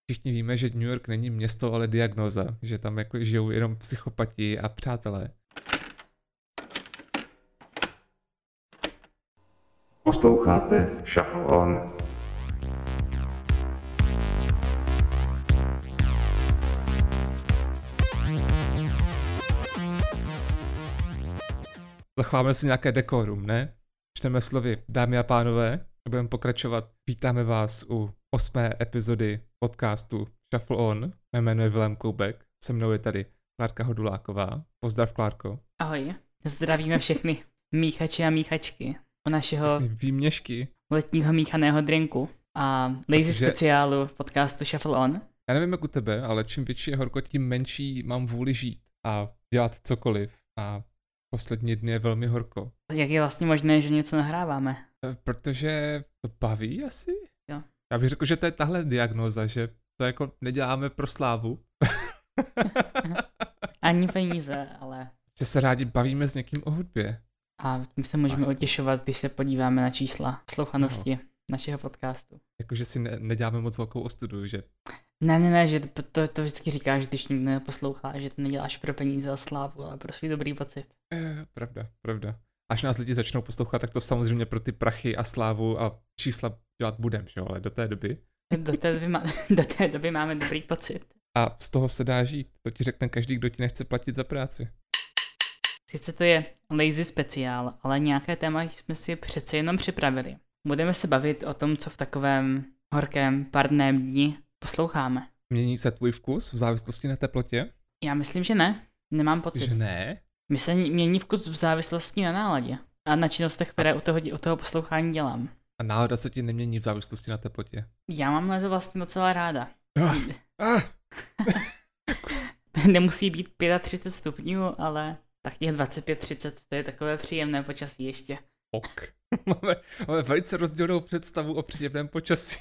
všichni víme, že New York není město, ale diagnóza, že tam jako žijou jenom psychopati a přátelé. Posloucháte Shuffle On. Zachováme si nějaké dekorum, ne? Čteme slovy, dámy a pánové, budeme pokračovat. Vítáme vás u 8. epizody podcastu Shuffle On. Mé jméno je Vilém Koubek, se mnou je tady Klárka Hoduláková. Pozdrav, Klárko. Ahoj, zdravíme všechny míchači a míchačky u našeho výměšky letního míchaného drinku a lazy speciálu podcastu Shuffle On. Já nevím jak u tebe, ale čím větší je horko, tím menší mám vůli žít a dělat cokoliv a poslední dny je velmi horko. Jak je vlastně možné, že něco nahráváme? Protože to baví asi? Jo. Já bych řekl, že to je tahle diagnóza, že to jako neděláme pro slávu. Ani peníze, ale... Že se rádi bavíme s někým o hudbě. A tím se můžeme otěšovat, když se podíváme na čísla poslouchanosti našeho podcastu. Jakože si neděláme moc velkou ostudu, že? Ne, že to vždycky říkáš, když někdo neposlouchá, že to neděláš pro peníze a slávu, ale pro svůj dobrý pocit. Pravda. Až nás lidi začnou poslouchat, tak to samozřejmě pro ty prachy a slávu a čísla dělat budem, že jo, ale do té doby. Do té doby máme dobrý pocit. A z toho se dá žít, to ti řekne každý, kdo ti nechce platit za práci. Sice to je lazy speciál, ale nějaké téma jsme si přece jenom připravili. Budeme se bavit o tom, co v takovém horkém parném dni posloucháme. Mění se tvůj vkus v závislosti na teplotě? Já myslím, že ne. Nemám pocit. Že ne? Mně se mění vkus v závislosti na náladě a na činnostech, které u toho poslouchání dělám. A nálada se ti nemění v závislosti na teplotě? Já mám na to vlastně docela ráda. Nemusí být 35 stupňů, ale tak těch 25-30, to je takové příjemné počasí ještě. Ok. Máme velice rozdílnou představu o příjemném počasí.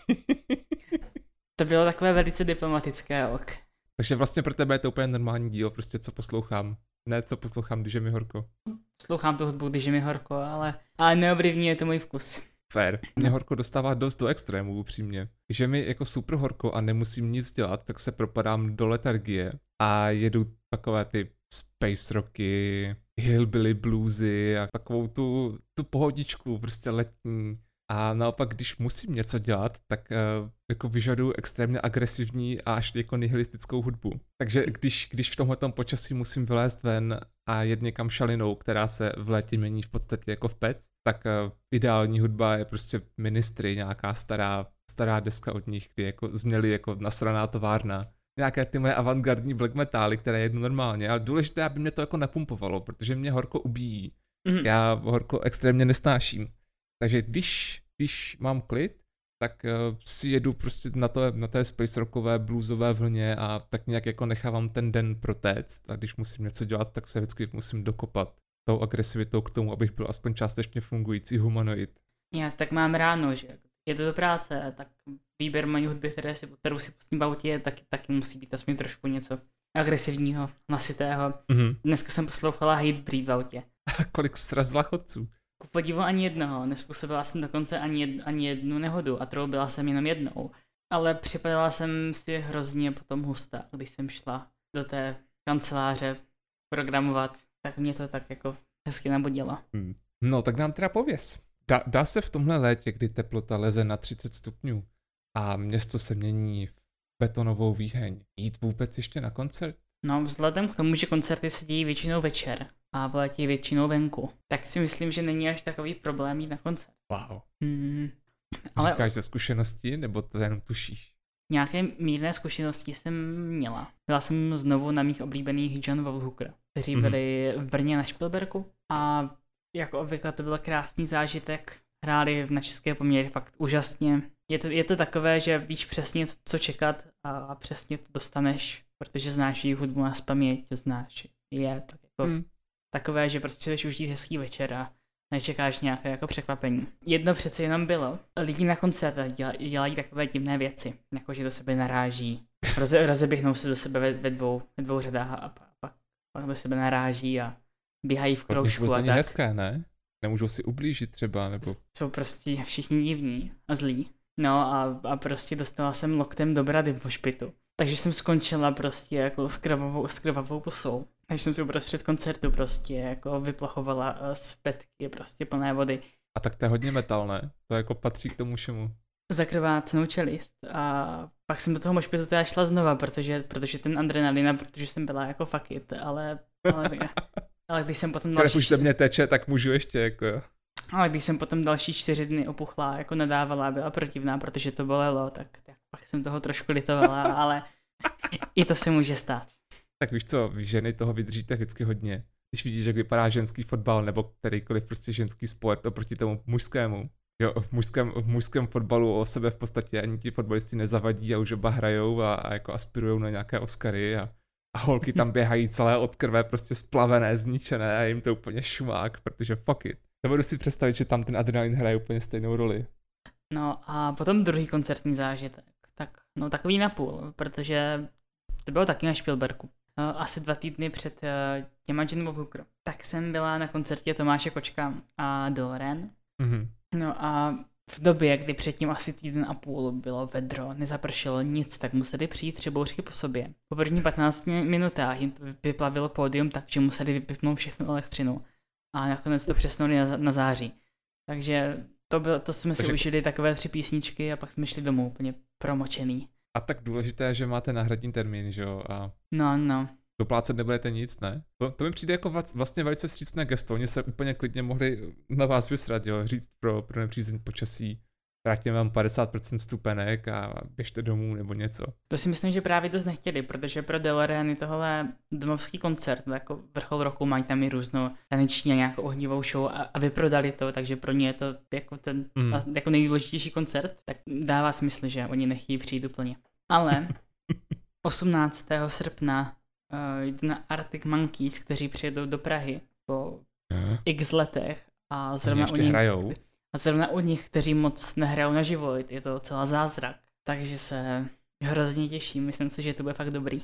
To bylo takové velice diplomatické, ok. Takže vlastně pro tebe je to úplně normální díl, prostě co poslouchám. Ne, co poslouchám, když je mi horko. Poslouchám tu hudbu, když je mi horko, ale neovlivňuje to můj vkus. Fair. Mě horko dostává dost do extrémů, upřímně. Když je mi jako super horko a nemusím nic dělat, tak se propadám do letargie a jedu takové ty space rocky, hillbilly bluesy a takovou tu pohodičku, prostě letní. A naopak, když musím něco dělat, tak jako vyžaduju extrémně agresivní a až jako nihilistickou hudbu. Takže když v tomhletom počasí musím vylézt ven a jet někam šalinou, která se v létě mění v podstatě jako v pec, tak ideální hudba je prostě Ministry, nějaká stará deska od nich, kdy jako zněly jako nasraná továrna. Nějaké ty moje avantgardní black metaly, které jednu normálně, ale důležité, aby mě to jako nepumpovalo, protože mě horko ubíjí. Já horko extrémně nesnáším. Takže když mám klid, tak si jedu prostě na té space rockové, bluesové vlně a tak nějak jako nechávám ten den protéct a když musím něco dělat, tak se vždycky musím dokopat tou agresivitou k tomu, abych byl aspoň částečně fungující humanoid. Já tak mám ráno, že jedu do práce, tak výběr mojí hudby, kterou si pustím v autě, taky musí být aspoň trošku něco agresivního, hlasitého. Dneska jsem poslouchala Hatebreed v autě. A kolik srazila chodců? Ku podivu ani jednoho, nespůsobila jsem dokonce ani jednu nehodu a troubila jsem jenom jednou. Ale připadala jsem si hrozně potom hustá, když jsem šla do té kanceláře programovat, tak mě to tak jako hezky nabudilo. No tak nám teda pověz. Dá se v tomhle létě, kdy teplota leze na 30 stupňů a město se mění v betonovou výheň, jít vůbec ještě na koncert? No vzhledem k tomu, že koncerty se dějí většinou večer a v létě většinou venku, tak si myslím, že není až takový problém jít na koncert. Wow. Ale říkáš ze zkušenosti, nebo to jenom tušíš? Nějaké mírné zkušenosti jsem měla. Byla jsem znovu na mých oblíbených John Wolfhooker, kteří byli v Brně na Špilberku a jako obvykle to byl krásný zážitek. Hráli na české poměry fakt úžasně. Je to takové, že víš přesně, co čekat a přesně to dostaneš, protože znáš jejich hudbu na paměť, znáš je tak jako takové, že prostě chceš užít hezký večer a nečekáš nějaké jako překvapení. Jedno přece jenom bylo. Lidi na koncertech dělají takové divné věci, jako že do sebe naráží, rozeběhnou se do sebe ve dvou řadách a pak do sebe naráží a běhají v kroužku a tak. hezké, ne? Nemůžou si ublížit třeba, nebo... Jsou prostě všichni divní a zlí. No a prostě dostala jsem loktem do brady po špitu. Takže jsem skončila prostě jako s krvavou pusou. Takže jsem si uprostřed koncertu prostě jako vyplachovala z petky prostě plné vody. A tak to je hodně metal, ne? To jako patří k tomu všemu. Zakrvácenou čelist a pak jsem do toho mošpitu teda šla znova, protože ten adrenalina, protože jsem byla jako fuck it, ale když jsem potom Když už ze mě teče, tak můžu ještě jako jo. Ale když jsem potom další 4 dny opuchla, jako nadávala, byla protivná, protože to bolelo, tak pak jsem toho trošku litovala, ale i to se může stát. Tak víš co, ženy toho vydržíte vždycky hodně. Když vidíš, jak vypadá ženský fotbal nebo kterýkoliv prostě ženský sport oproti tomu mužskému. Jo, v mužském fotbalu o sebe v podstatě ani ti fotbalisti nezavadí a už oba hrajou a jako aspirujou na nějaké Oscary a holky tam běhají celé od krve prostě splavené, zničené a jim to úplně šumák, protože fuck it. Nebudu si představit, že tam ten adrenalin hraje úplně stejnou roli. No a potom druhý koncertní zážitek. Tak, no takový napůl, protože to bylo taky na Špilberku. Asi 2 týdny před těma John of Hooker. Tak jsem byla na koncertě Tomáše Kočka a Doloren. Mm-hmm. No a v době, kdy předtím asi 1,5 týdne bylo vedro, nezapršelo nic, tak museli přijít 3 bouřky po sobě. Po první 15 minutách jim vyplavilo pódium tak, že museli vypnout všechnu elektřinu. A nakonec to přesnuli na září. Takže to jsme si užili takové 3 písničky a pak jsme šli domů úplně promočený. A tak důležité je, že máte náhradní termín, že jo? A No. doplácet nebudete nic, ne? To mi přijde jako vlastně velice vstřícné gesto. Oni se úplně klidně mohli na vás vysrat, jo? Říct pro nepřízeň počasí, vrátíme vám 50% stupenek a běžte domů nebo něco. To si myslím, že právě dost nechtěli, protože pro Doloren je tohle domovský koncert, jako vrchol roku, mají tam i různou taneční a nějakou ohnivou show a vyprodali to, takže pro ně je to jako ten jako nejdůležitější koncert, tak dává smysl, že oni nechtějí přijít úplně. Ale 18. srpna jdu na Arctic Monkeys, kteří přijedou do Prahy po x letech a zrovna u nich, kteří moc nehrajou naživo, je to celá zázrak, takže se hrozně těším, myslím si, že to bude fakt dobrý.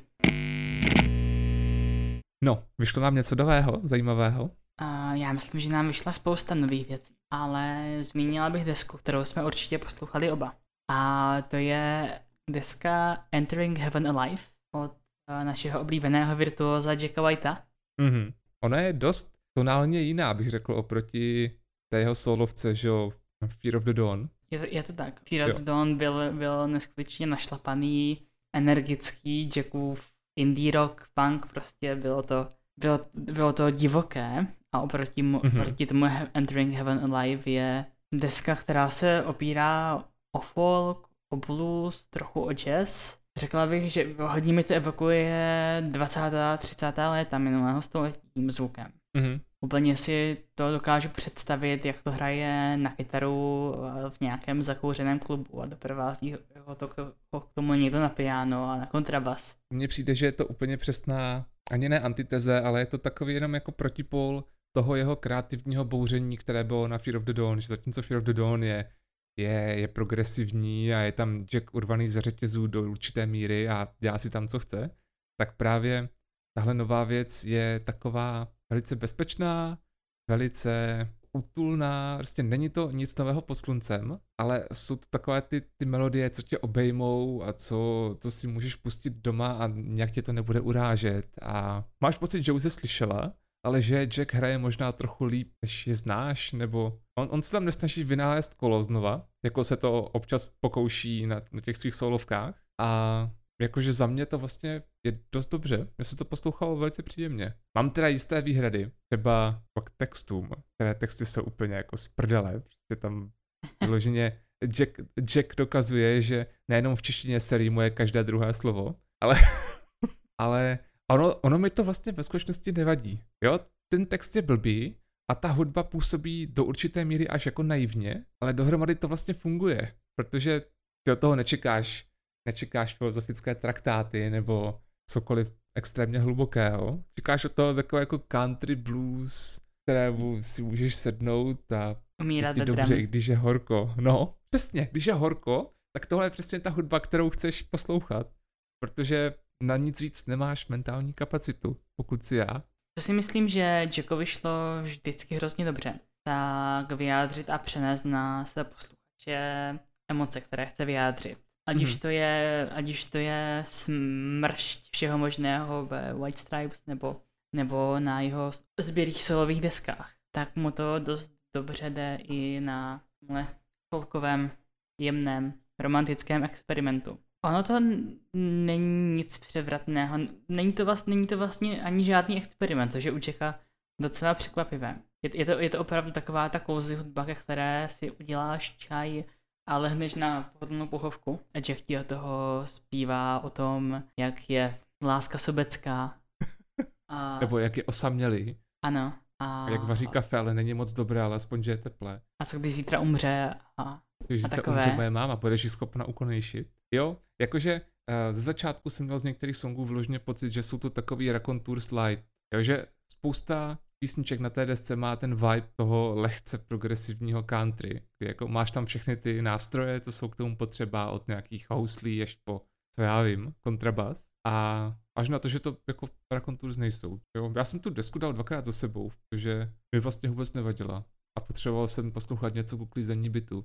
No, vyšlo nám něco nového, zajímavého? Já myslím, že nám vyšla spousta nových věcí, ale zmínila bych desku, kterou jsme určitě poslouchali oba. A to je deska Entering Heaven Alive od našeho oblíbeného virtuóza Jacka Whitea. Mm-hmm. Ona je dost tonálně jiná, bych řekl, oproti té jeho solovce, že jo, Fear of the Dawn. Je to tak. Fear of the Dawn byl neskutečně našlapaný, energický Jackův indie rock, punk, prostě bylo to divoké a oproti tomu Entering Heaven Alive je deska, která se opírá o folk, o blues, trochu o jazz. Řekla bych, že hodně mi to evokuje 20. 30. léta minulého století tím zvukem. Mm-hmm. Úplně si to dokážu představit, jak to hraje na kytaru v nějakém zakouřeném klubu a doprovází ho to k tomu někdo na piano a na kontrabas. Mně přijde, že je to úplně přesná, ani ne antiteze, ale je to takový jenom jako protipol toho jeho kreativního bouření, které bylo na Fear of the Dawn, že zatímco Fear of the Dawn je progresivní a je tam Jack urvaný ze řetězů do určité míry a dělá si tam, co chce, tak právě tahle nová věc je taková velice bezpečná, velice útulná, prostě není to nic nového pod sluncem, ale jsou to takové ty melodie, co tě obejmou a co si můžeš pustit doma a nějak tě to nebude urážet a máš pocit, že už jsi slyšela, ale že Jack hraje možná trochu líp, než je znáš, nebo on se tam nesnaží vynálézt kolo znova, jako se to občas pokouší na těch svých solovkách a jakože za mě to vlastně je dost dobře, mě se to poslouchalo velice příjemně. Mám teda jisté výhrady, třeba k textům, které texty jsou úplně jako z prdele, prostě tam vyloženě Jack dokazuje, že nejenom v češtině se rýmuje každé druhé slovo, ale ono mi to vlastně ve skutečnosti nevadí. Jo, ten text je blbý a ta hudba působí do určité míry až jako naivně, ale dohromady to vlastně funguje, protože ty od toho nečekáš filozofické traktáty nebo cokoliv extrémně hlubokého. Čekáš od toho takové jako country blues, kterému si můžeš sednout a umírat je dobře, i když je horko. No, přesně, když je horko, tak tohle je přesně ta hudba, kterou chceš poslouchat, protože na nic víc nemáš mentální kapacitu, pokud si já. To si myslím, že Jackovi šlo vždycky hrozně dobře, tak vyjádřit a přenést na své posluchače emoce, které chce vyjádřit. Ať už to je smršť všeho možného ve White Stripes nebo na jeho zbělých solových deskách, tak mu to dost dobře jde i na folkovém, jemném, romantickém experimentu. Ono to není nic převratného, není to vlastně ani žádný experiment, což je u Jacka docela překvapivé. Je to opravdu taková ta cozy hudba, ke které si uděláš čaj a lehneš na pohodlnou pohovku. A Jack ti od toho zpívá o tom, jak je láska sobecká. Nebo jak je osamělý. Ano. Jak vaří kafe, ale není moc dobré, ale aspoň, že je teplé. A co když zítra umře Když zítra umře moje máma, budeš ji schopna ukonejšit. Jo, jakože ze začátku jsem měl z některých songů vložně pocit, že jsou to takový raconteurs light. Jo, že spousta písniček na té desce má ten vibe toho lehce progresivního country, kdy jako máš tam všechny ty nástroje, co jsou k tomu potřeba, od nějakých houslí až po, co já vím, kontrabas. A až na to, že to jako raconteurs nejsou. Jo? Já jsem tu desku dal 2krát za sebou, protože mi vlastně vůbec nevadila. A potřeboval jsem poslouchat něco k uklízení bytu.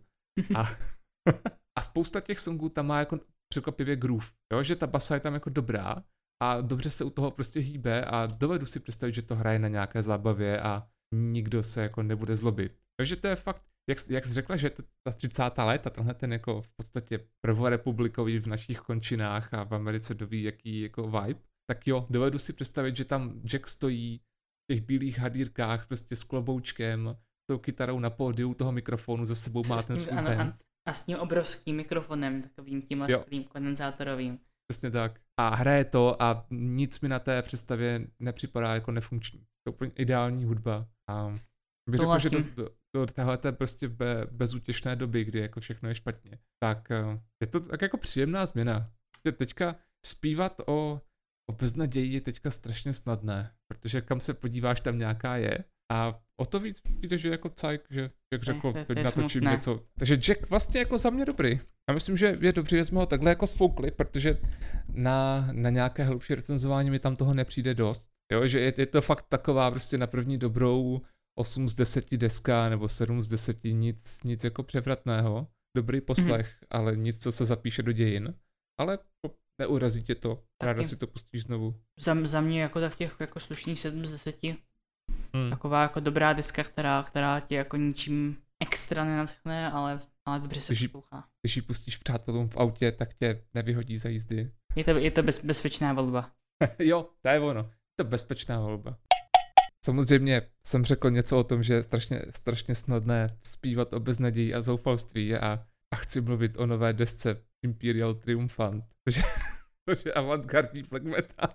A spousta těch songů tam má jako překvapivě groove. Jo? Že ta basa je tam jako dobrá a dobře se u toho prostě hýbe a dovedu si představit, že to hraje na nějaké zábavě a nikdo se jako nebude zlobit. Takže to je fakt, jak jsi řekla, že ta 30. léta, tenhle ten jako v podstatě prvorepublikový v našich končinách a v Americe doví jaký jako vibe, tak jo, dovedu si představit, že tam Jack stojí v těch bílých hadírkách prostě s kloboučkem, s tou kytarou na pódiu toho mikrofonu, za sebou má ten svůj band. A s tím obrovským mikrofonem, takovým tím lesklým kondenzátorovým. Přesně tak. A hraje to a nic mi na té představě nepřipadá jako nefunkční. To je úplně ideální hudba. A bych řekl, že do téhleté prostě bezútěšné doby, kdy jako všechno je špatně, tak je to tak jako příjemná změna. Teďka zpívat o beznaději je teďka strašně snadné, protože kam se podíváš, tam nějaká je. A o to víc přijde, že jako cajk, že jak řekl, teď natočím něco. Takže Jack vlastně jako za mě dobrý. Já myslím, že je dobře, že jsme ho takhle jako sfoukli, protože na nějaké hlubší recenzování mi tam toho nepřijde dost. Jo, že je to fakt taková prostě na první dobrou 8 z 10 deska nebo 7 z 10, nic jako převratného. Dobrý poslech, ale nic, co se zapíše do dějin. Ale neurazí tě to, ráda si to pustíš znovu. Za mě jako tak těch jako slušných 7 z 10. Taková jako dobrá deska, která tě jako ničím extra nenadchne, ale dobře se poslouchá. Když ji pustíš přátelům v autě, tak tě nevyhodí za jízdy. Je to bezpečná volba. Jo, to je ono. Je to bezpečná volba. Samozřejmě jsem řekl něco o tom, že je strašně snadné zpívat o beznaději a zoufalství a chci mluvit o nové desce Imperial Triumphant, což je avantgardní black metal.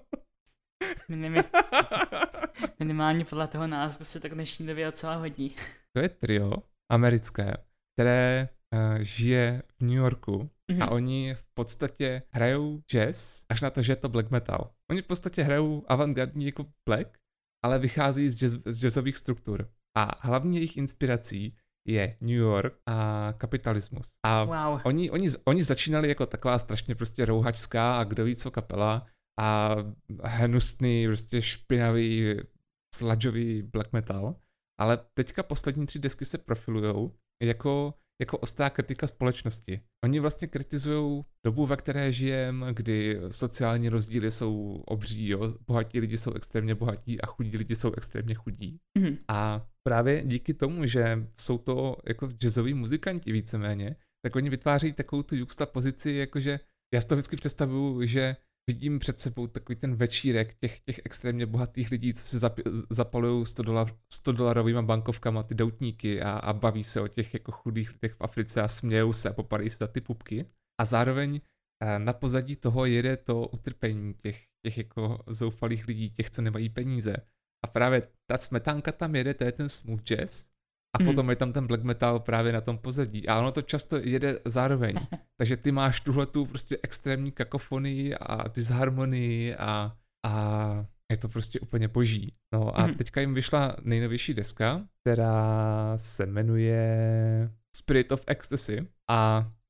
Minimálně podle toho názvu se tak dnešní době docela hodí. To je trio americké, které žije v New Yorku a oni v podstatě hrajou jazz, až na to, že je to black metal. Oni v podstatě hrajou avantgardní jako black, ale vychází z jazzových struktur. A hlavní jejich inspirací je New York a kapitalismus. A wow. Oni začínali jako taková strašně prostě rouhačská a kdo ví co kapela a hnusný, prostě špinavý, sludgeový black metal, ale teďka poslední 3 desky se profilujou jako ostrá kritika společnosti. Oni vlastně kritizují dobu, ve které žijeme, kdy sociální rozdíly jsou obří, jo? Bohatí lidi jsou extrémně bohatí a chudí lidi jsou extrémně chudí. A právě díky tomu, že jsou to jako jazzoví muzikanti víceméně, tak oni vytváří takovou tu juxtapozici, jakože já si to vždycky představuju, že vidím před sebou takový ten večírek těch extrémně bohatých lidí, co si zapalují $100 bankovkama ty doutníky a baví se o těch jako chudých lidech v Africe a smějou se a popadají se na ty pupky. A zároveň na pozadí toho jede to utrpení těch jako zoufalých lidí, těch, co nemají peníze. A právě ta smetánka tam jede, to je ten smooth jazz. A potom je tam ten black metal právě na tom pozadí. A ono to často jede zároveň. Takže ty máš tuhletu prostě extrémní kakofonii a disharmonii a je to prostě úplně boží. No a teďka jim vyšla nejnovější deska, která se jmenuje Spirit of Ecstasy. A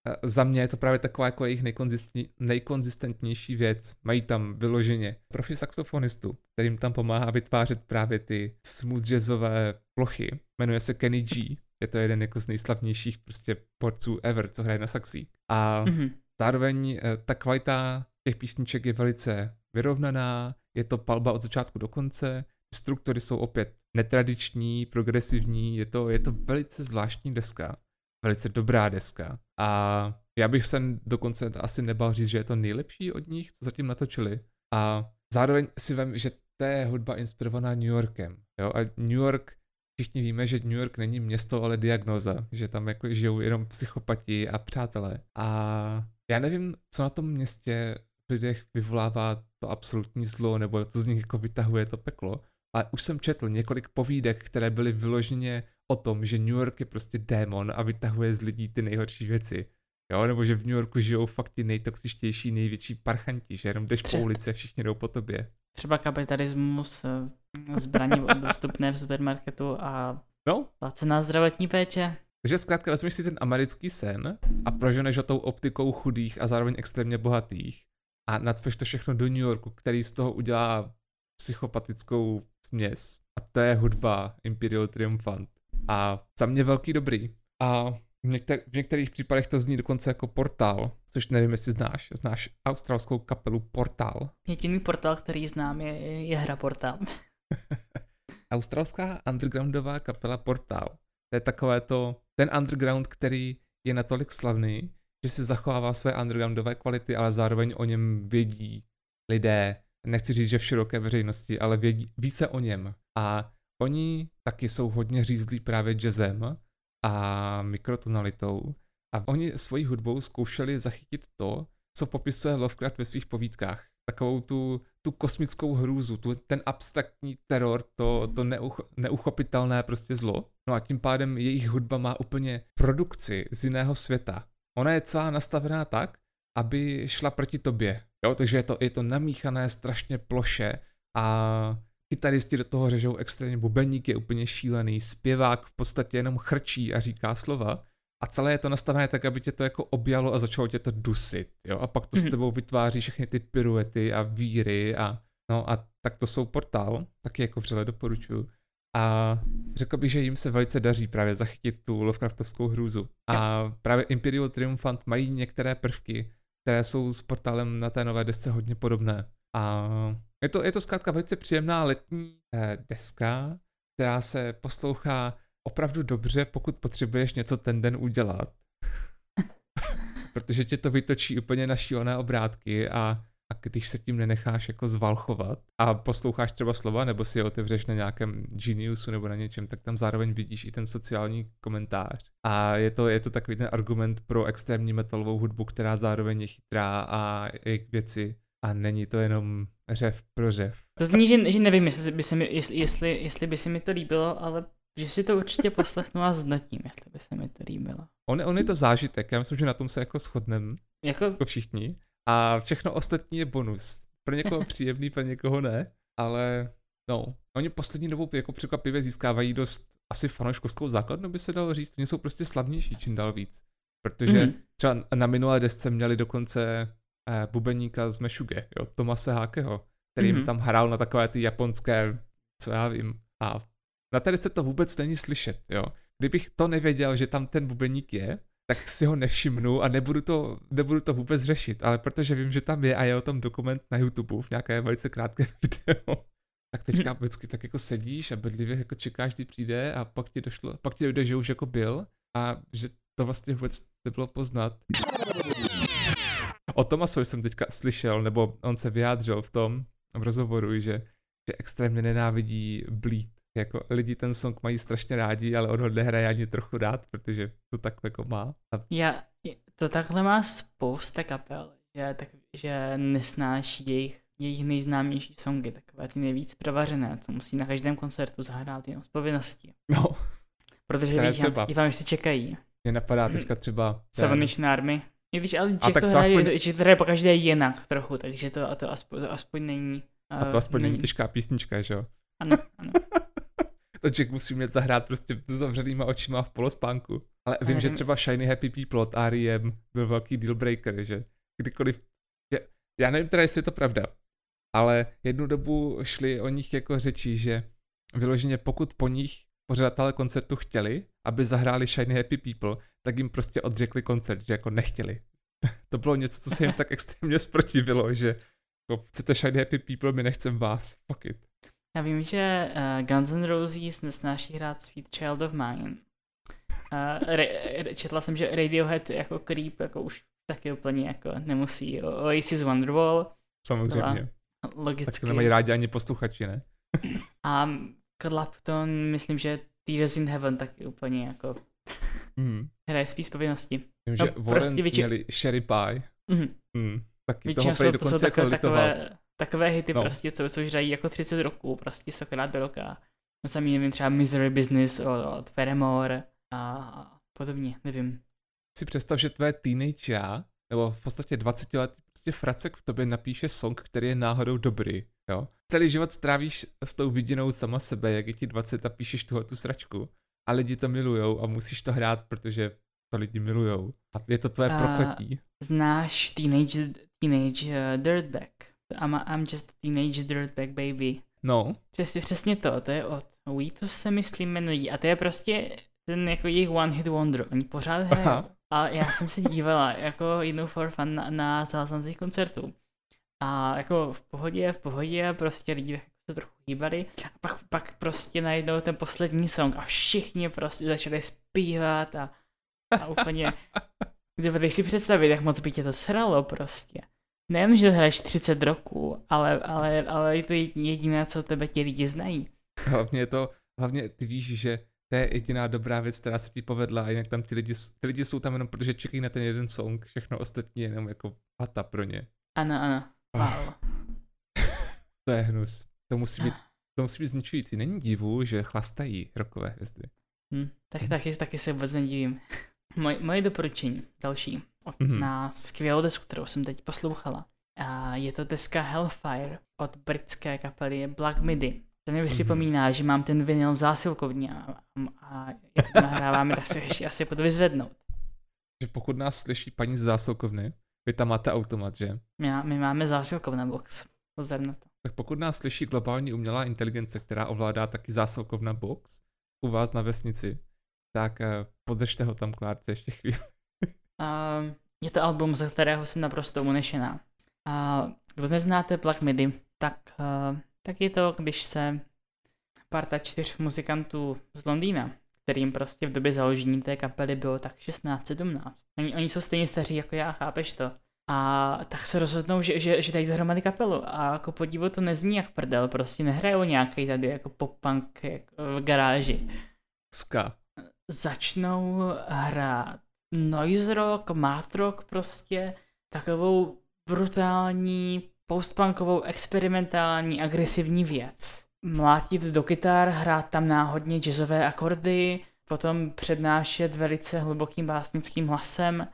Za mě je to právě taková jako jejich nejkonzistentnější věc. Mají tam vyloženě profi saxofonistu, kterým tam pomáhá vytvářet právě ty smooth jazzové plochy. Jmenuje se Kenny G. Je to jeden jako z nejslavnějších prostě porců ever, co hraje na saxích. A zároveň ta kvalita těch písniček je velice vyrovnaná, je to palba od začátku do konce, struktury jsou opět netradiční, progresivní, je to velice zvláštní deska, velice dobrá deska. A já bych se dokonce asi nebál říct, že je to nejlepší od nich, co zatím natočili. A zároveň si vem, že to je hudba inspirovaná New Yorkem. Jo? A New York, všichni víme, že New York není město, ale diagnóza, že tam jako žijou jenom psychopati a přátelé. A já nevím, co na tom městě v lidech vyvolává to absolutní zlo, nebo co z nich jako vytahuje to peklo. Ale už jsem četl několik povídek, které byly vyloženě o tom, že New York je prostě démon a vytahuje z lidí ty nejhorší věci. Jo, nebo že v New Yorku žijou fakt ty nejtoxičtější, největší parchanti, že jenom jdeš po ulici a všichni jdou po tobě. Třeba kapitalismus, zbraní dostupné v supermarketu a placená zdravotní péče. Takže zkrátka vezmeš si ten americký sen a proženeš ho tou optikou chudých a zároveň extrémně bohatých a nacpeš to všechno do New Yorku, který z toho udělá psychopatickou směs. A to je hudba Imperial Triumphant. A za mě velký dobrý. A v některých případech to zní dokonce jako Portal, což nevím, jestli znáš. Znáš australskou kapelu Portal? Jediný Portal, který znám, je hra Portal. Australská undergroundová kapela Portal. To je takové ten underground, který je natolik slavný, že si zachovává své undergroundové kvality, ale zároveň o něm vědí lidé. Nechci říct, že v široké veřejnosti, ale ví se o něm. A oni taky jsou hodně řízlí právě jazzem a mikrotonalitou. A oni svojí hudbou zkoušeli zachytit to, co popisuje Lovecraft ve svých povídkách. Takovou tu kosmickou hrůzu, ten abstraktní teror, to neuchopitelné prostě zlo. No a tím pádem jejich hudba má úplně produkci z jiného světa. Ona je celá nastavená tak, aby šla proti tobě. Jo, takže je to namíchané strašně ploše a kytaristi do toho řežou extrémně, bubeník je úplně šílený, zpěvák v podstatě jenom chrčí a říká slova a celé je to nastavené tak, aby tě to jako objalo a začalo tě to dusit, jo, a pak to s tebou vytváří všechny ty piruety a víry a tak to jsou Portal, taky jako vřele doporučuji. A řekl bych, že jim se velice daří právě zachytit tu Lovecraftovskou hrůzu. A právě Imperial Triumphant mají některé prvky, které jsou s Portálem na té nové desce hodně podobné. A je to zkrátka velice příjemná letní deska, která se poslouchá opravdu dobře, pokud potřebuješ něco ten den udělat. Protože tě to vytočí úplně na šílené obrátky a když se tím nenecháš jako zvalchovat a posloucháš třeba slova, nebo si je otevřeš na nějakém Geniusu nebo na něčem, tak tam zároveň vidíš i ten sociální komentář. A je to takový ten argument pro extrémní metalovou hudbu, která zároveň je chytrá a je k věci a není to jenom řev pro řev. To zní, že nevím, jestli by se mi to líbilo, ale že si to určitě poslechnu a zhodnotím, jestli by se mi to líbilo. On je to zážitek, já myslím, že na tom se jako shodneme, jako všichni. A všechno ostatní je bonus. Pro někoho příjemný, pro někoho ne, ale oni poslední dobou jako překvapivě získávají dost asi fanouškovskou základnu, by se dalo říct. Oni jsou prostě slavnější čím dál víc. Protože třeba na minulé desce měli dokonce bubeníka z Meshuggah, jo, Tomase Hakeho, který jim tam hrál na takové ty japonské, co já vím. A na té desce to vůbec není slyšet, jo. Kdybych to nevěděl, že tam ten bubeník je, tak si ho nevšimnu a nebudu to vůbec řešit, ale protože vím, že tam je a je o tom dokument na YouTube v nějaké velice krátké video, tak teďka vždycky tak jako sedíš a bedlivě jako čekáš, kdy přijde a pak ti dojde, že už jako byl a že to vlastně vůbec nebylo poznat. O Tomasovi jsem teďka slyšel, nebo on se vyjádřil v rozhovoru, že extrémně nenávidí Bleed. Jako lidi ten song mají strašně rádi, ale on ho nehraje ani trochu rád, protože to tak jako má. To takhle má spousta kapel, že nesnáší jejich nejznámější songy, takové ty nejvíc provařené, co musí na každém koncertu zahrát jenom z povinností. No. Protože víš, vám ještě čekají. Mě napadá teďka třeba... Seven Nation Army. I když ale Jack to hraje po každé jinak trochu, takže to aspoň není... A to aspoň není těžká písnička, že jo? Ano. Jack musí umět zahrát prostě s zavřenýma očima v polospánku. Ale vím, že třeba Shiny Happy People od R.E.M. byl velký deal breaker, že kdykoliv, já nevím teda, jestli je to pravda, ale jednu dobu šli o nich jako řeči, že vyloženě pokud po nich pořadatelé koncertu chtěli, aby zahráli Shiny Happy People, tak jim prostě odřekli koncert, že jako nechtěli. To bylo něco, co se jim tak extrémně zprotivilo, že jako, chcete Shiny Happy People, my nechcem vás, fuck it. Já vím, že Guns N' Roses nesnáší hrát Sweet Child of Mine. Četla jsem, že Radiohead jako Creep jako už taky úplně jako nemusí. Oasis Wonderwall. Samozřejmě. Logicky. Tak to nemají rádi ani posluchači, ne? A Clapton, myslím, že Tears in Heaven taky úplně jako hraje spíš povinnosti. Vím, že Warren měli Sherry Pie. Taky toho prej dokonce jako litoval. Takové hity prostě, co už hrají jako 30 roků, prostě 100krát do roka. No sami nevím, třeba Misery Business od Paramore a podobně, nevím. Si představ, že tvé teenage já, nebo v podstatě 20 let prostě fracek v tobě napíše song, který je náhodou dobrý, jo. Celý život strávíš s tou vidinou sama sebe, jak je ti 20 a píšeš tu sračku. A lidi to milujou a musíš to hrát, protože to lidi milujou. A je to tvoje prokletí. Znáš Teenage Dirtbag? I'm just a teenage dirtbag baby. No. Přesně to je od Weetos se myslím jmenují a to je prostě ten jako jejich one hit wonder. Oni pořád hrajou. A já jsem se dívala jako jednou for fun na záznam z jejich koncertů. A jako v pohodě, prostě lidi se trochu hýbali a pak prostě najednou ten poslední song a všichni prostě začali zpívat a úplně, když si představit, jak moc by tě to sralo prostě. Nevím, že hraješ 30 roků, ale je to jediné, co tebe ti lidi znají. Hlavně ty víš, že to je jediná dobrá věc, která se ti povedla a jinak tam ty lidi jsou tam jenom protože čekají na ten jeden song, všechno ostatní je jenom jako pata pro ně. Ano. Wow. To je hnus. To musí být zničující. Není divu, že chlastají rockové hvězdy. Taky se vůbec nedivím. Moje doporučení, další, na skvělou desku, kterou jsem teď poslouchala. A je to deska Hellfire od britské kapely Black Midi. To mi připomíná, že mám ten vinyl v zásilkovně a jak to nahráváme, tak se ještě asi budu vyzvednout. Že pokud nás slyší paní z zásilkovny, vy tam máte automat, že? My máme zásilkovna box. Pozor na to. Tak pokud nás slyší globální umělá inteligence, která ovládá taky zásilkovna box u vás na vesnici, tak podržte ho tam, Klárce, ještě chvíli. Je to album, ze kterého jsem naprosto unešená. Kdo neznáte Black Midi, tak je to, když se parta 4 muzikantů z Londýna, kterým prostě v době založení té kapely bylo tak 16-17. Oni jsou stejně staří jako já, chápeš to? A tak se rozhodnou, že dají dohromady kapelu a jako podivu to nezní jak prdel, prostě nehrajou nějaký tady jako pop-punk v garáži. Ska. Začnou hrát noise rock, math rock prostě, takovou brutální, postpunkovou, experimentální, agresivní věc. Mlátit do kytar, hrát tam náhodně jazzové akordy, potom přednášet velice hlubokým básnickým hlasem.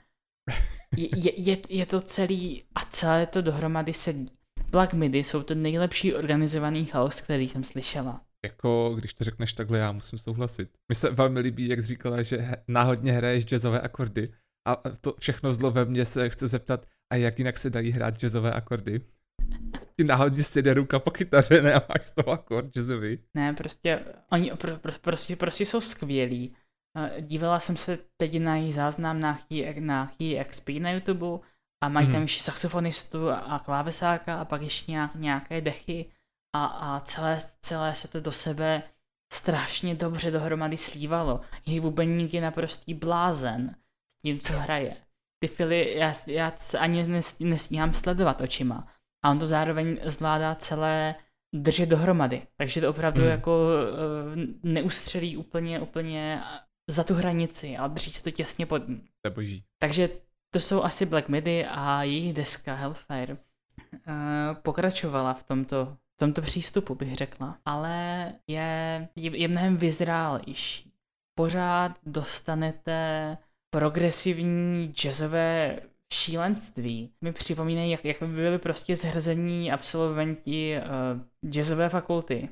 Je to celý a celé to dohromady sedí. Black Midi jsou to nejlepší organizovaný chaos, který jsem slyšela. Jako, když to řekneš takhle, já musím souhlasit. Mi se velmi líbí, jak jsi říkala, že náhodně hraješ jazzové akordy a to všechno zlo ve mně se chce zeptat, a jak jinak se dají hrát jazzové akordy? Ty náhodně si jde ruka po kytaře, ne, a máš z toho akord jazzový. Ne, prostě, oni prostě jsou skvělí. Dívala jsem se teď na její záznam na XP na YouTube a mají tam ještě saxofonistu a klávesáka a pak ještě nějaké dechy a celé se to do sebe strašně dobře dohromady slívalo. Její bubeník je naprostý blázen s tím, co hraje. Ty fily, já ani nestíhám sledovat očima a on to zároveň zvládá celé držet dohromady, takže to opravdu jako neustřelí úplně za tu hranici, ale drží se to těsně pod ní. To je boží. Takže to jsou asi Black Midi a jejich deska Hellfire pokračovala v tomto přístupu, bych řekla, ale je mnohem vyzrálejší. Pořád dostanete progresivní jazzové šílenství. Mi připomínají, jak by byli prostě zhrzení absolventi jazzové fakulty.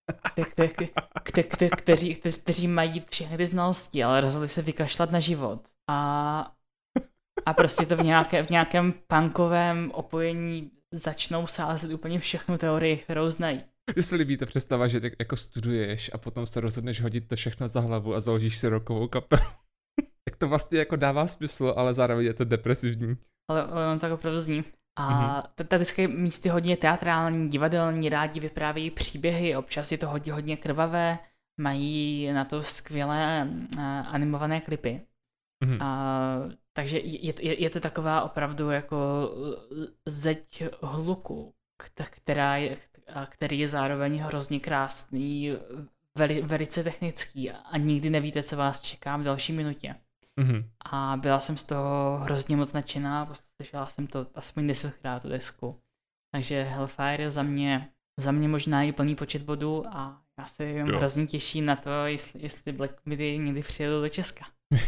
kteří mají všechny ty znalosti, ale rozhodli se vykašlat na život. A prostě to v nějakém punkovém opojení začnou sázet úplně všechnu teorii, kterou znají. Mně se líbí ta představa, že jako studuješ a potom se rozhodneš hodit to všechno za hlavu a založíš si rockovou kapelu. Tak to vlastně jako dává smysl, ale zároveň je to depresivní. Ale on tak opravdu zní. A ta deska je místy hodně teatrální, divadelní, rádi vyprávějí příběhy, občas je to hodně krvavé, mají na to skvělé animované klipy. Takže je to taková opravdu jako zeď hluku, který je zároveň hrozně krásný, velice technický a nikdy nevíte, co vás čeká v další minutě. A byla jsem z toho hrozně moc nadšená, slyšela jsem to aspoň 10krát tu desku. Takže Hellfire za mě možná i plný počet bodů a já se hrozně těším na to, jestli Black Midi někdy přijedou do Česka.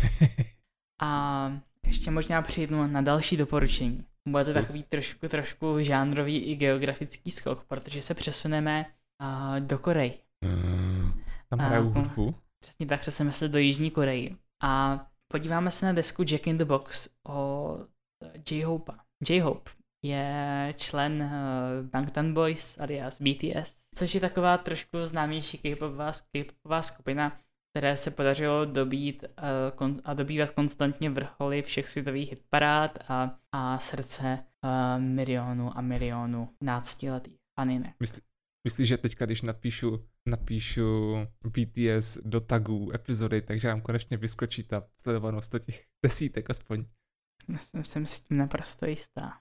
A ještě možná přijdu na další doporučení. Bude to takový trošku žánrový i geografický skok, protože se přesuneme do Koreji. Tam hrajou hudbu? Přesně tak, přesuneme se do Jižní Koreji. A podíváme se na desku Jack in the Box o J-Hope. J-Hope je člen Bangtan Boys alias BTS, což je taková trošku známější K-popová skupina, které se podařilo dobývat konstantně vrcholy všech světových hitparád a srdce milionů a milionů náctiletých faninek. Myslíš, že teďka, když napíšu BTS do tagů epizody, takže nám konečně vyskočí ta sledovanost těch desítek aspoň? Jsem si tím naprosto jistá.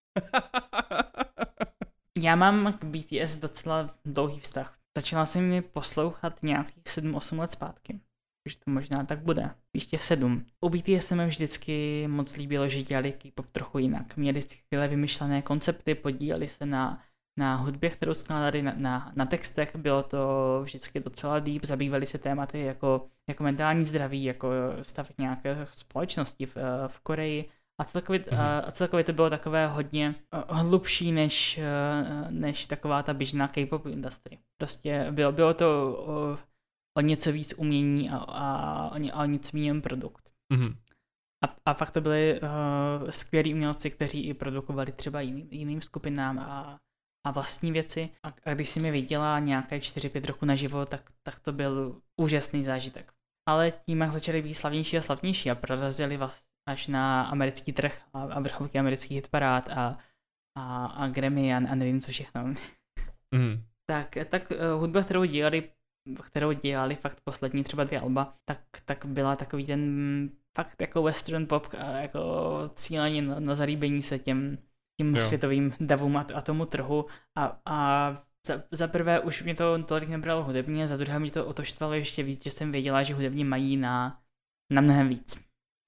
Já mám k BTS docela dlouhý vztah. Začala jsem mi poslouchat nějakých 7-8 let zpátky. Takže to možná tak bude. Ještě 7. U BTS se mi vždycky moc líbilo, že dělali K-pop trochu jinak. Měli skvěle vymyšlené koncepty, podíleli se na hudbě, kterou skládali, na textech. Bylo to vždycky docela deep, zabývali se tématy jako mentální zdraví, jako stav nějaké společnosti v Koreji. A celkově to bylo takové hodně hlubší než taková ta běžná K-pop industry. Prostě bylo to o něco víc umění a o něco méně produkt. A fakt to byli skvělí umělci, kteří i produkovali třeba jiným skupinám a vlastní věci. A když si mi viděla nějaké 4-5 roku naživo, tak to byl úžasný zážitek. Ale tím, jak začali být slavnější a slavnější a prorazili až na americký trh a vrcholky amerických hitparád a Grammy a nevím co všechno. Tak hudba, kterou dělali fakt poslední třeba 2 alba, tak byla takový ten fakt jako western pop, jako cíleně na zalíbení se těm světovým davům a tomu trhu a za prvé už mě to tolik nebralo hudebně, za druhé mě to o to štvalo ještě víc, že jsem věděla, že hudebně mají na mnohem víc.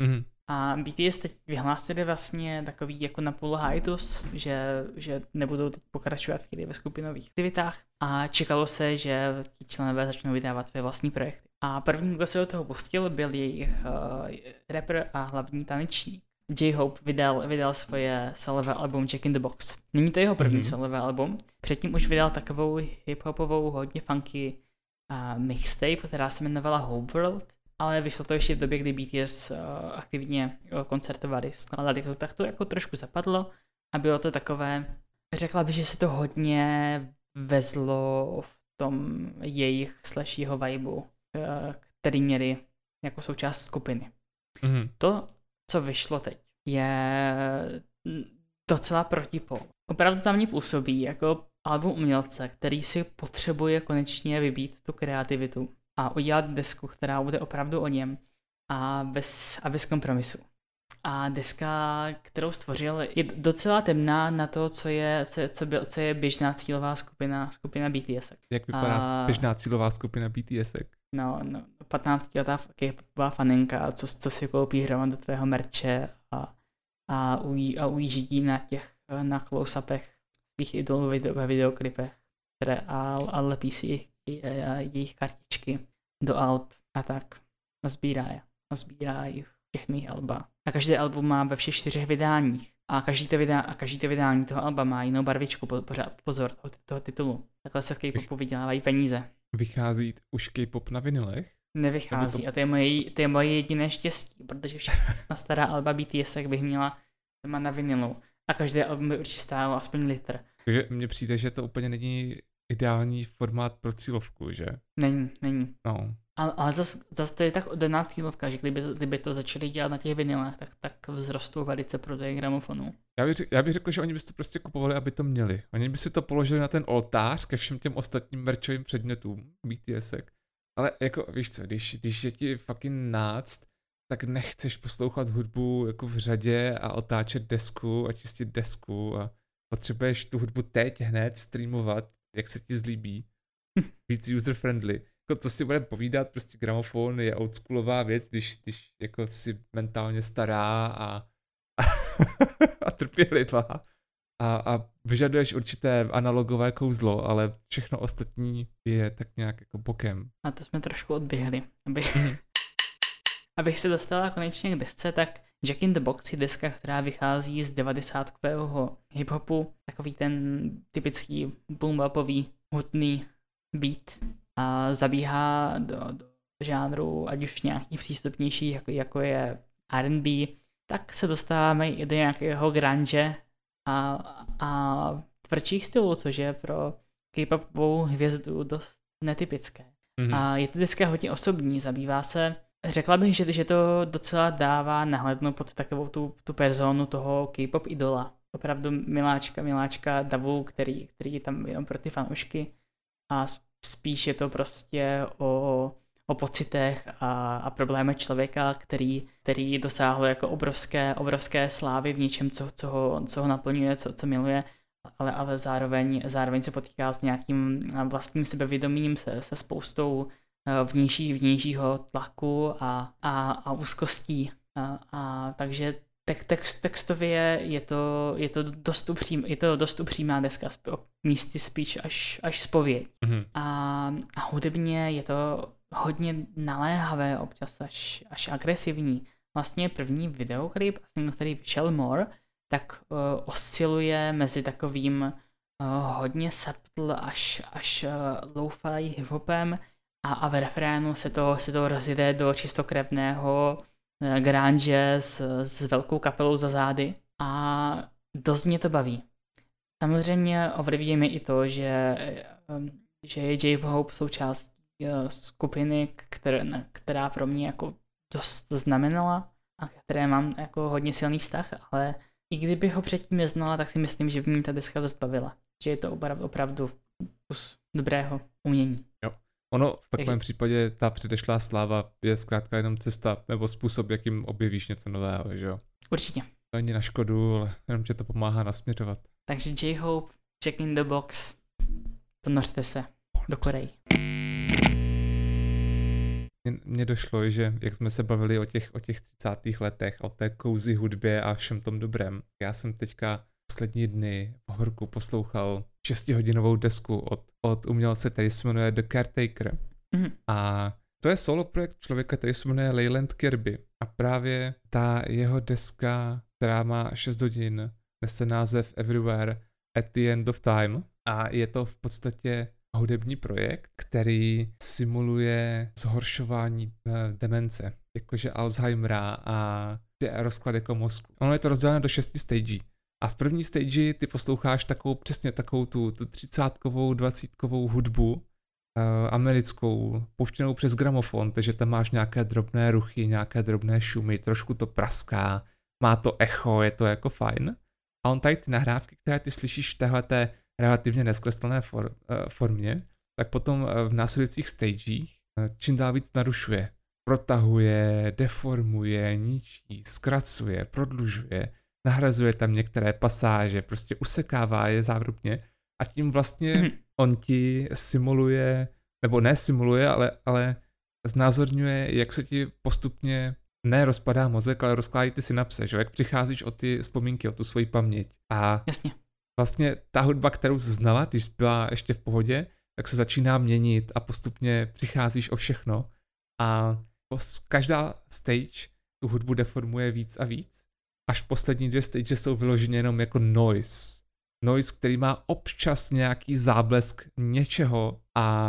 A BTS teď vyhlásili vlastně takový jako napůl hiatus, že nebudou teď pokračovat ve skupinových aktivitách a čekalo se, že ti členové začnou vydávat své vlastní projekty. A první, kdo se do toho pustil, byl jejich rapper a hlavní tanečník. J-Hope vydal svoje solové album Jack in the Box. Není to jeho první solové album, předtím už vydal takovou hip-hopovou, hodně funky mixtape, která se jmenovala Hope World, ale vyšlo to ještě v době, kdy BTS aktivně koncertovali, skládali to, tak to jako trošku zapadlo a bylo to takové, řekla bych, že se to hodně vezlo v tom jejich jeho vibeu, který měli jako součást skupiny. To, co vyšlo teď, je docela protipol. Opravdu tam mě působí jako album umělce, který si potřebuje konečně vybít tu kreativitu a udělat desku, která bude opravdu o něm a bez kompromisu. A deska, kterou stvořil, je docela temná na to, co je běžná cílová skupina BTS. Jak vypadá běžná cílová skupina BTS? No, 15letá K-popová faninka, co si koupí hromadu tvého merče a ujíždí na close-upech svých idolů ve videoklipech a lepí si jejich kartičky do alb a tak a sbírají všechny alba. A každé album má ve všech 4 vydáních a každé vydání toho alba má jinou barvičku, pozor, toho titulu. Takhle se v K-popu vydělávají peníze. Vychází už K-pop na vinilech? Nevychází a to je moje jediné štěstí, protože všechna stará alba BTS bych měla doma na vinilu a každé album by určitě stálo aspoň litr. Takže mně přijde, že to úplně není ideální formát pro cílovku, že? Není. No. Ale zase to je tak oddaná cílovka, že kdyby to začali dělat na těch vinilech, tak vzrostou velice prodeje gramofonů. Já bych řekl, že oni by to prostě kupovali, aby to měli. Oni by si to položili na ten oltář ke všem těm ostatním merčovým předmětům BTSek. Ale jako, víš co, když je ti fucking náct, tak nechceš poslouchat hudbu jako v řadě a otáčet desku a čistit desku a potřebuješ tu hudbu teď hned streamovat, jak se ti zlíbí. Víc user-friendly. Jako, co si budeme povídat, prostě gramofon je oldschoolová věc, když jako si mentálně stará a trpělivá a vyžaduješ určité analogové kouzlo, ale všechno ostatní je tak nějak jako bokem. A to jsme trošku odběhli. Abych se dostala konečně k desce, tak Jack in the Box je deska, která vychází z 90kového hiphopu, takový ten typický boom-bapový hutný beat a zabíhá do žánru, ať už nějakých přístupnějších, jako je R&B, tak se dostáváme i do nějakého grunge a tvrdších stylů, což je pro K-popovou hvězdu dost netypické. Mm-hmm. A je to deska hodně osobní, zabývá se, řekla bych, že to docela dává nahlédnout pod takovou tu personu toho K-pop idola. Opravdu miláčka davu, který je tam jenom pro ty fanoušky a spíš je to prostě o pocitech a problémech člověka, který dosáhl jako obrovské slávy v něčem, co ho naplňuje, co miluje, ale zároveň se potýká s nějakým vlastním sebevědomím, se spoustou vnějšího tlaku a úzkostí. Takže textově je to dost upřímná deska, místy spíš až zpověď. Mm-hmm. A hudebně je to hodně naléhavé, občas až agresivní. Vlastně první videoklip, který vyšel More, tak osciluje mezi takovým hodně subtle až lo-fi hiphopem a v refrénu se to rozjede do čistokrevného grunge s velkou kapelou za zády a dost mě to baví. Samozřejmě ovlivňuje mi i to, že je J-Hope součástí skupiny, která pro mě jako dost znamenala a které mám jako hodně silný vztah, ale i kdyby ho předtím neznala, tak si myslím, že by mě ta deska dost bavila. Že je to opravdu kus dobrého umění. Jo. Ono v takovém případě ta předešlá sláva je zkrátka jenom cesta nebo způsob, jakým objevíš něco nového, že jo? Určitě. To není na škodu, ale jenom tě to pomáhá nasměřovat. Takže J-Hope, Jack in the Box, ponořte se do Koreji. Mně došlo, že jak jsme se bavili o těch 30. letech, o té cozy hudbě a všem tom dobrém, já jsem teďka poslední dny v horku poslouchal 6hodinovou desku od umělce, který se jmenuje The Caretaker. Mm-hmm. A to je solo projekt člověka, který se jmenuje Leyland Kirby. A právě ta jeho deska, která má 6 hodin, nese název Everywhere at the End of Time. A je to v podstatě hudební projekt, který simuluje zhoršování demence, jakože Alzheimera a rozklad jako mozku. Ono je to rozděleno do 6 stagí. A v první stage ty posloucháš přesně takovou tu 30kovou, 20kovou hudbu americkou, pouštěnou přes gramofon, takže tam máš nějaké drobné ruchy, nějaké drobné šumy, trošku to praská, má to echo, je to jako fajn. A on tady ty nahrávky, které ty slyšíš v téhleté relativně neskreslené formě, tak potom v následujících stagích čím dál víc narušuje. Protahuje, deformuje, ničí, zkracuje, prodlužuje, nahrazuje tam některé pasáže, prostě usekává je závrubně a tím vlastně on ti simuluje, nebo ne simuluje, ale znázorňuje, jak se ti postupně ne rozpadá mozek, ale rozkládí ty synapse, že? Jak přicházíš o ty vzpomínky, o tu svoji paměť. A jasně. Vlastně ta hudba, kterou jsi znala, když byla ještě v pohodě, tak se začíná měnit a postupně přicházíš o všechno. A každá stage tu hudbu deformuje víc a víc. Až poslední 2 stage jsou vyloženě jenom jako noise. Noise, který má občas nějaký záblesk něčeho a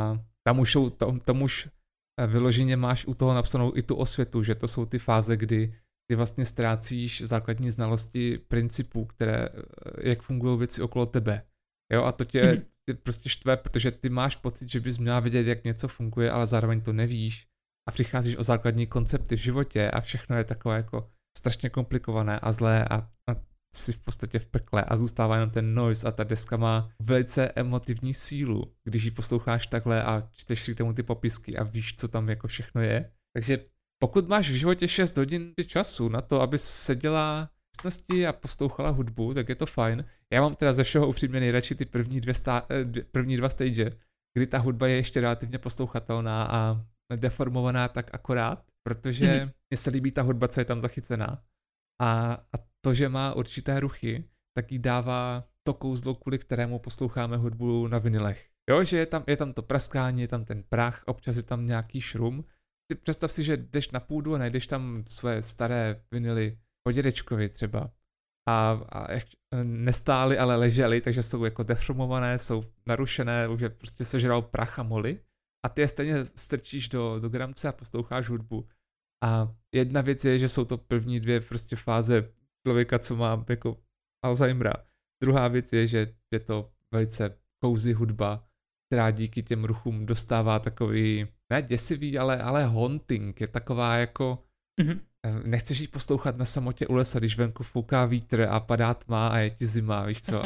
Tam už vyloženě máš u toho napsanou i tu osvětu, že to jsou ty fáze, kdy ty vlastně ztrácíš základní znalosti principů, které, jak fungují věci okolo tebe. Jo, a to tě prostě štve, protože ty máš pocit, že bys měla vědět, jak něco funguje, ale zároveň to nevíš. A přicházíš o základní koncepty v životě a všechno je takové jako strašně komplikované a zlé a jsi v podstatě v pekle a zůstává jenom ten noise a ta deska má velice emotivní sílu, když ji posloucháš takhle a čteš si k tomu ty popisky a víš, co tam jako všechno je. Takže pokud máš v životě 6 hodin času na to, aby seděla v místnosti a poslouchala hudbu, tak je to fajn. Já mám teda ze všeho upřímně nejradši ty první dva stage, kdy ta hudba je ještě relativně poslouchatelná a deformovaná tak akorát, protože mně se líbí ta hudba, co je tam zachycená. A to, že má určité ruchy, tak jí dává to kouzlo, kvůli kterému posloucháme hudbu na vinilech. Jo, že je tam to praskání, je tam ten prach, občas je tam nějaký šrum. Ty představ si, že jdeš na půdu a najdeš tam své staré vinily po dědečkovi třeba. A nestály, ale ležely, takže jsou jako deformované, jsou narušené, už je prostě sežral prach a moly. A ty je stejně strčíš do gramce a posloucháš hudbu. A jedna věc je, že jsou to první 2 prostě fáze člověka, co má jako Alzheimera. Druhá věc je, že je to velice cozy hudba, která díky těm ruchům dostává takový, ne děsivý, ale haunting. Je taková jako, nechceš jít poslouchat na samotě u lesa, když venku fouká vítr a padá tma a je ti zima, víš co?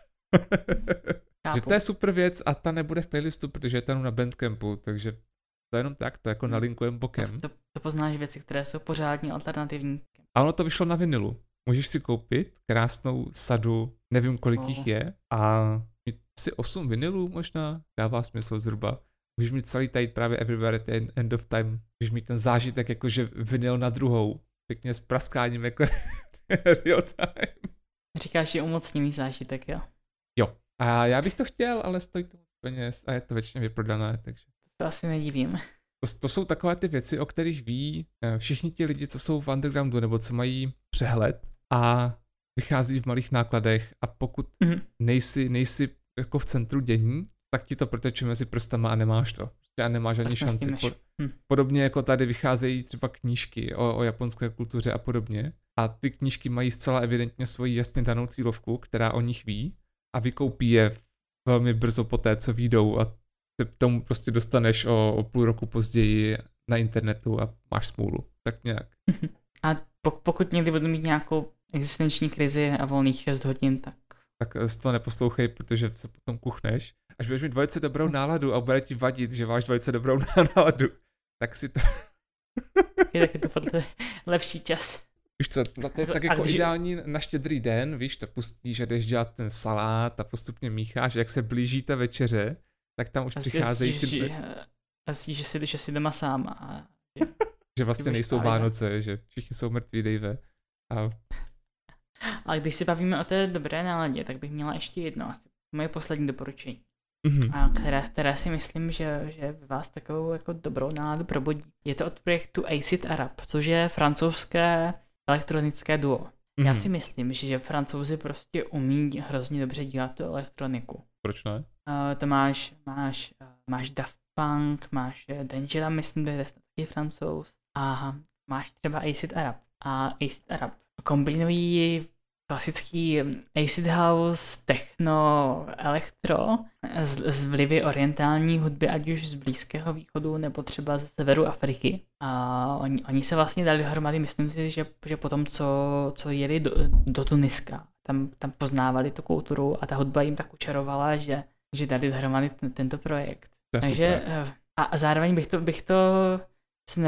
Že to je super věc a ta nebude v playlistu, protože je tam na Bandcampu, takže to je jenom tak, to jako nalinkujem bokem. To poznáš věci, které jsou pořádně alternativní. A ono to vyšlo na vinilu. Můžeš si koupit krásnou sadu, nevím kolik jich je, a mít asi 8 vinilů možná, dává smysl zhruba. Můžeš mít celý tady právě Everywhere at the End of Time, můžeš mít ten zážitek jakože vinyl na druhou, pěkně s praskáním jako real time. Říkáš, že umocněný zážitek, jo? Jo. A já bych to chtěl, ale stojí to peněz a je to většině vyprodané, takže... To asi nedivím. To jsou takové ty věci, o kterých ví všichni ti lidi, co jsou v undergroundu nebo co mají přehled a vychází v malých nákladech a pokud nejsi jako v centru dění, tak ti to proteče mezi prstama a nemáš to. A nemáš ani šanci. Podobně jako tady vycházejí třeba knížky o japonské kultuře a podobně. A ty knížky mají zcela evidentně svoji jasně danou cílovku, která o nich ví a vykoupí je velmi brzo po té, co vyjdou a se k tomu prostě dostaneš o půl roku později na internetu a máš smůlu. Tak nějak. A pokud někdy budu mít nějakou existenční krizi a volných 6 hodin, tak si to neposlouchej, protože se potom kuchneš. Až budeš mít velice dobrou náladu a bude ti vadit, že máš velice dobrou náladu, tak si to... je taky to podle lepší čas. Víš co, to je tak jako ideální na Štědrý den, víš, to pustíš, že jdeš dělat ten salát a postupně mícháš, jak se blíží ta večeře, tak tam už přicházejí ty... Asi, že jsi doma sám a... že vlastně nejsou Vánoce, že všichni jsou mrtví, Dave. A když si bavíme o té dobré náladě, tak bych měla ještě jedno, asi moje poslední doporučení. A která si myslím, že vás takovou jako dobrou náladu probudí. Je to od projektu Acid Arab, což je francouzské elektronické duo. Já si myslím, že Francouzi prostě umí hrozně dobře dělat tu elektroniku. Proč ne? To máš Daft Punk, máš Dangera, myslím, že je taky Francouz, a máš třeba Acid Arab. A Acid Arab kombinují klasický acid house, techno, elektro z vlivy orientální hudby, ať už z Blízkého východu nebo třeba ze severu Afriky. A oni se vlastně dali dohromady, myslím si, že potom, co jeli do Tuniska, tam poznávali tu kulturu a ta hudba jim tak učarovala, že dali dohromady tento projekt. Takže a zároveň bych to se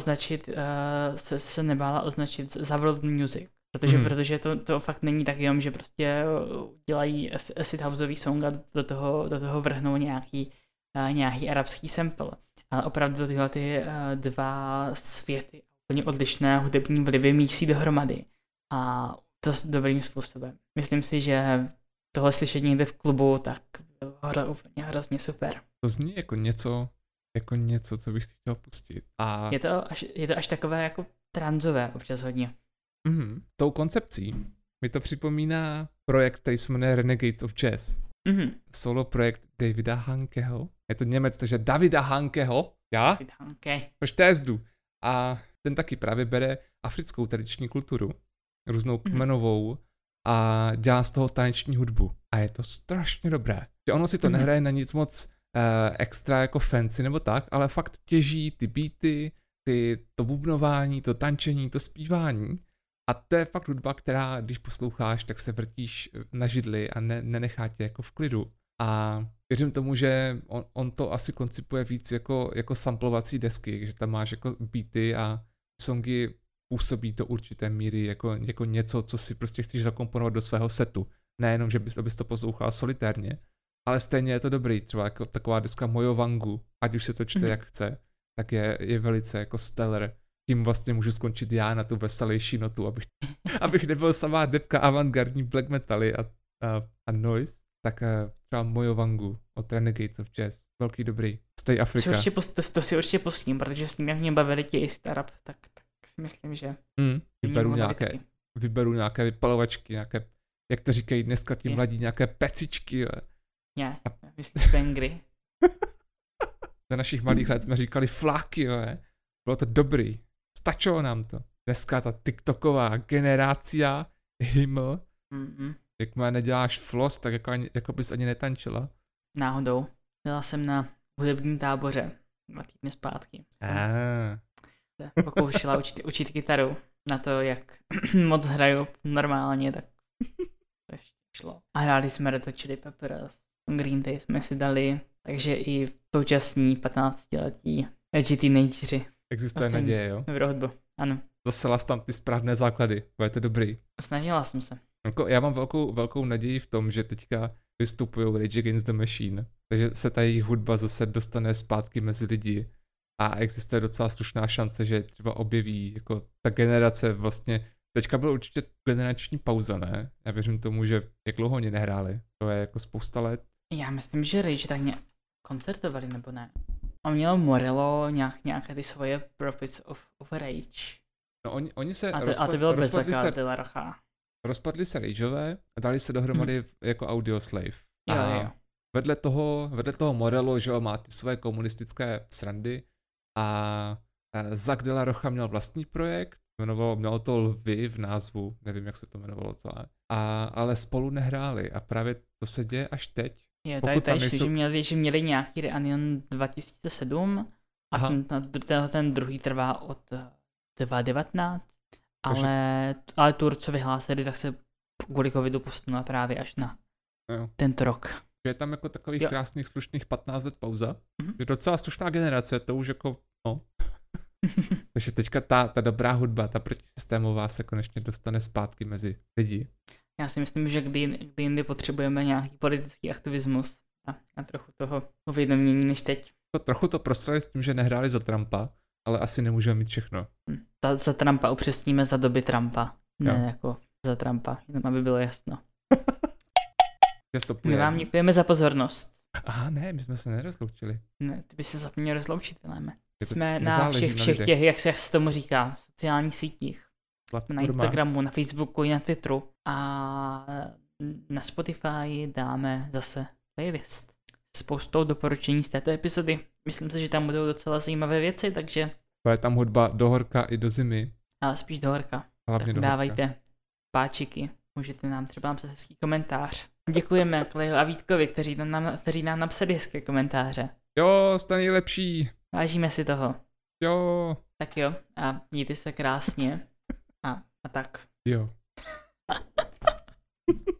nebála označit za world music. Protože to fakt není tak jenom, že prostě dělají acid houseový song a do toho vrhnou nějaký arabský sample. Ale opravdu tyhle ty dva světy, úplně odlišné hudební vlivy mísí dohromady. A to s dobrým způsobem. Myslím si, že tohle slyšet někde v klubu, tak bylo úplně hrozně super. To zní jako něco, co bych si chtěl pustit. A... Je to až takové jako tranzové občas hodně. Tou koncepcí mi to připomíná projekt, který se jmenuje Renegades of Jazz. Solo projekt Davida Hankeho. Je to Němec, takže Davida Hankeho, já? Okay. Proč tézdu. A ten taky právě bere africkou tradiční kulturu, různou kmenovou a dělá z toho taneční hudbu. A je to strašně dobré. Že ono si to nehraje na nic moc extra jako fancy nebo tak, ale fakt těží ty beaty, to bubnování, to tančení, to zpívání. A to je fakt hudba, která, když posloucháš, tak se vrtíš na židli a nenechá tě jako v klidu. A věřím tomu, že on to asi koncipuje víc jako samplovací desky, že tam máš jako beaty a songy působí do určité míry jako něco, co si prostě chceš zakomponovat do svého setu. Nejenom, že abys to poslouchal solitérně, ale stejně je to dobrý, třeba jako taková deska Mojo Wangu, ať už se to čte jak chce, tak je velice jako stellar. Tím vlastně můžu skončit já na tu veselější notu, abych nebyl samá depka avantgardní black metaly a noise, tak třeba Mojo Wangu od Renegades of Jazz, velký dobrý, Stay Africa. To si určitě pustím, protože s ním jak mě bavili ti Startup, tak si myslím, že... Vyberu nějaké vypalovačky, nějaké, jak to říkají dneska ti mladí, nějaké pecičky. Jo. Ne, vy jste spengry. Za našich malých let jsme říkali fláky, jo. Bylo to dobrý. Stačilo nám to. Dneska ta TikToková generácia, himmel, jakmile neděláš floss, tak jako bys ani netančila. Náhodou. Byla jsem na hudebním táboře 2 týdny zpátky. Se pokoušela učit kytaru na to, jak moc hraju normálně, tak to ještě šlo. A hráli jsme Red Hot Chili Peppers, Green Day jsme si dali, takže i současní 15letí edgy teenageři. Existuje naděje, jo? Dobrou hudbu, ano. Zasela jsi tam ty správné základy, bude to dobrý. Snažila jsem se. Já mám velkou naději v tom, že teďka vystupují Rage Against the Machine, takže se ta jejich hudba zase dostane zpátky mezi lidi a existuje docela slušná šance, že třeba objeví jako ta generace vlastně, teďka byla určitě generační pauza, ne? Já věřím tomu, že jak dlouho oni nehráli, to je jako spousta let. Já myslím, že Rage tak koncertovali, nebo ne? A mělo Morello nějaké ty svoje Prophets of Rage. No oni se a to bylo bez Zaka de la Rocha. Rozpadli se Rageové a dali se dohromady jako Audioslave. Jo. Vedle toho Morello, že má ty své komunistické srandy a Zak de la Rocha měl vlastní projekt, mělo to Lvy v názvu, nevím, jak se to jmenovalo celé, ale spolu nehráli a právě to se děje až teď. Je, tady že měli nějaký Reunion 2007 a ten druhý trvá od 2019, ale tour, co vyhlásili, tak se kvůli covidu posunula právě až na tento rok. Je tam jako takových krásných, slušných 15 let pauza. Je docela slušná generace, to už jako, no. Takže teďka ta dobrá hudba, ta protisystémová se konečně dostane zpátky mezi lidi. Já si myslím, že kdy jindy potřebujeme nějaký politický aktivismus a trochu toho uvědomění než teď. Trochu to prosrali s tím, že nehráli za Trumpa, ale asi nemůžeme mít všechno. Za Trumpa upřesníme za doby Trumpa, ne jako za Trumpa, jenom aby bylo jasno. My vám děkujeme za pozornost. Aha, ne, my jsme se nerozloučili. Ne, ty by se zapomněl rozloučit, Viléme. Jsme na všech těch, jak se tomu říká, sociálních sítích. Na Instagramu, na Facebooku i na Twitteru. A na Spotify dáme zase playlist s spoustou doporučení z této epizody. Myslím si, že tam budou docela zajímavé věci, takže... Je tam hudba do horka i do zimy. Ale spíš do horka. Hlavně tak do dávajte horka. Páčiky. Můžete nám třeba napsat hezký komentář. Děkujeme Klejo a Vítkovi, kteří nám napsali hezké komentáře. Jo, jste nejlepší. Vážíme si toho. Jo. Tak jo, a mějte se krásně. A tak. Jo.